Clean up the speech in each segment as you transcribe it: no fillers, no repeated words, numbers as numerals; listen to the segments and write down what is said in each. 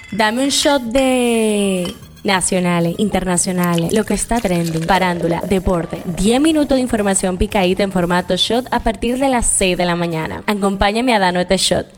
Dame un shot de nacionales, internacionales, lo que está trending, farándula, deporte. 10 minutos de información picadita en formato shot a partir de las 6 de la mañana. Acompáñame a darnos este shot.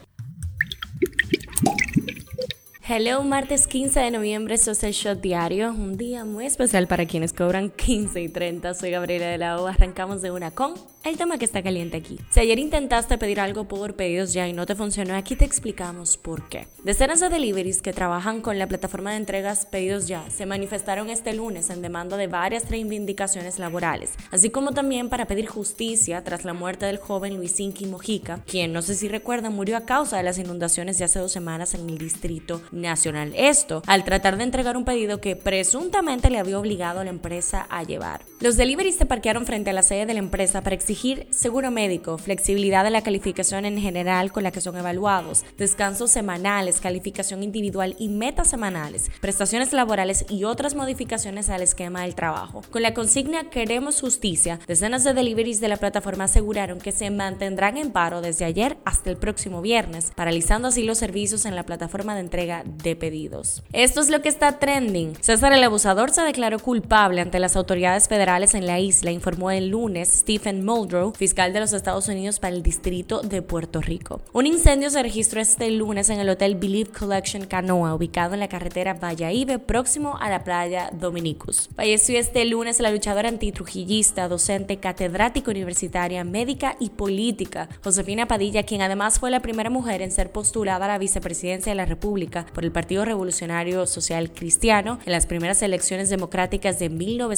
Hello, martes 15 de noviembre, esto es el Shot Diario, un día muy especial para quienes cobran 15 y 30. Soy Gabriela de la O, arrancamos de una con el tema que está caliente aquí. Si ayer intentaste pedir algo por Pedidos Ya y no te funcionó, aquí te explicamos por qué. Decenas de deliveries que trabajan con la plataforma de entregas Pedidos Ya se manifestaron este lunes en demanda de varias reivindicaciones laborales, así como también para pedir justicia tras la muerte del joven Luis Inqui Mojica, quien, no sé si recuerdan, murió a causa de las inundaciones de hace 2 semanas en el Distrito Nacional. Esto al tratar de entregar un pedido que presuntamente le había obligado a la empresa a llevar. Los deliveries se parquearon frente a la sede de la empresa para exigir seguro médico, flexibilidad de la calificación en general con la que son evaluados, descansos semanales, calificación individual y metas semanales, prestaciones laborales y otras modificaciones al esquema del trabajo. Con la consigna "Queremos justicia", decenas de deliveries de la plataforma aseguraron que se mantendrán en paro desde ayer hasta el próximo viernes, paralizando así los servicios en la plataforma de entrega de pedidos. Esto es lo que está trending. César el Abusador se declaró culpable ante las autoridades federales en la isla, informó el lunes Stephen Muldrow, fiscal de los Estados Unidos para el Distrito de Puerto Rico. Un incendio se registró este lunes en el Hotel Believe Collection Canoa, ubicado en la carretera Bayaibe, próximo a la playa Dominicus. Falleció este lunes la luchadora antitrujillista, docente, catedrática universitaria, médica y política, Josefina Padilla, quien además fue la primera mujer en ser postulada a la vicepresidencia de la República por el Partido Revolucionario Social Cristiano en las primeras elecciones democráticas de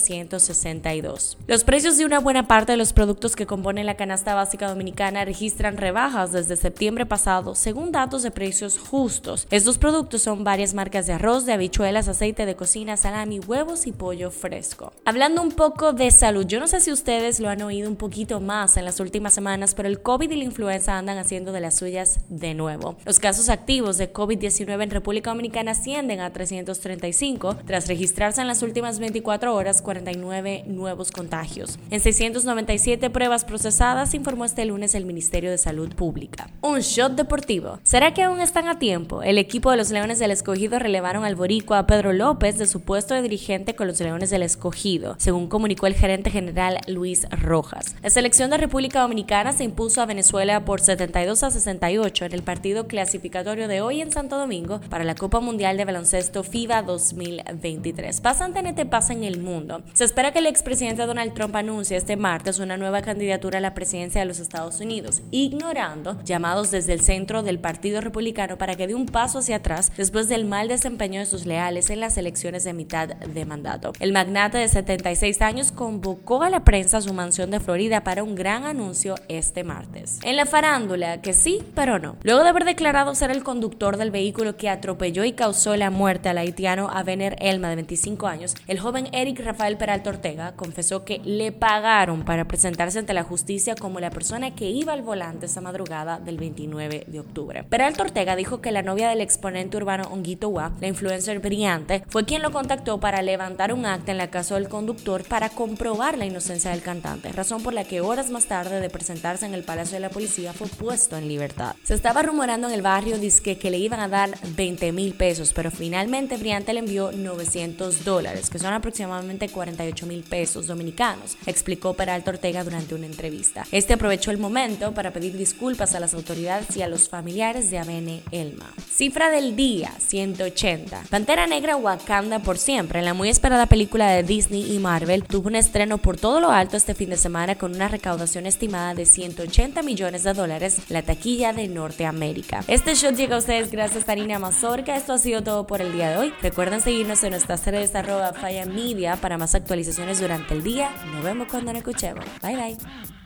1962. Los precios de una buena parte de los productos que componen la canasta básica dominicana registran rebajas desde septiembre pasado, según datos de Precios Justos. Estos productos son varias marcas de arroz, de habichuelas, aceite de cocina, salami, huevos y pollo fresco. Hablando un poco de salud, yo no sé si ustedes lo han oído un poquito más en las últimas semanas, pero el COVID y la influenza andan haciendo de las suyas de nuevo. Los casos activos de COVID-19 en República Dominicana ascienden a 335, tras registrarse en las últimas 24 horas 49 nuevos contagios. En 697 pruebas procesadas, informó este lunes el Ministerio de Salud Pública. Un shot deportivo. ¿Será que aún están a tiempo? El equipo de los Leones del Escogido relevaron al boricua Pedro López de su puesto de dirigente con los Leones del Escogido, según comunicó el gerente general Luis Rojas. La selección de República Dominicana se impuso a Venezuela por 72-68 en el partido clasificatorio de hoy en Santo Domingo para la Copa Mundial de Baloncesto FIBA 2023. Pasa en TNT, pasa en el mundo. Se espera que el expresidente Donald Trump anuncie este martes una nueva candidatura a la presidencia de los Estados Unidos, ignorando llamados desde el centro del Partido Republicano para que dé un paso hacia atrás después del mal desempeño de sus leales en las elecciones de mitad de mandato. El magnate de 76 años convocó a la prensa a su mansión de Florida para un gran anuncio este martes. En la farándula, que sí, pero no. Luego de haber declarado ser el conductor del vehículo que atropelló y causó la muerte al haitiano Abener Elma, de 25 años, el joven Eric Rafael Peralta Ortega confesó que le pagaron para presentarse ante la justicia como la persona que iba al volante esa madrugada del 29 de octubre. Peralta Ortega dijo que la novia del exponente urbano Honguito Wa, la influencer brillante, fue quien lo contactó para levantar un acta en la casa del conductor para comprobar la inocencia del cantante, razón por la que horas más tarde de presentarse en el Palacio de la Policía fue puesto en libertad. Se estaba rumorando en el barrio que le iban a dar 20,000 pesos, pero finalmente Briante le envió $900, que son aproximadamente 48,000 pesos dominicanos, explicó Peralta Ortega durante una entrevista. Este aprovechó el momento para pedir disculpas a las autoridades y a los familiares de Abener Elma. Cifra del día, 180. Pantera Negra Wakanda por siempre, la muy esperada película de Disney y Marvel, tuvo un estreno por todo lo alto este fin de semana con una recaudación estimada de $180 millones, la taquilla de Norteamérica. Este shot llega a ustedes gracias a Tarina Mazorca. Esto ha sido todo por el día de hoy. Recuerden seguirnos en nuestras redes @FayaMedia para más actualizaciones durante el día. Nos vemos cuando nos escuchemos. Bye bye.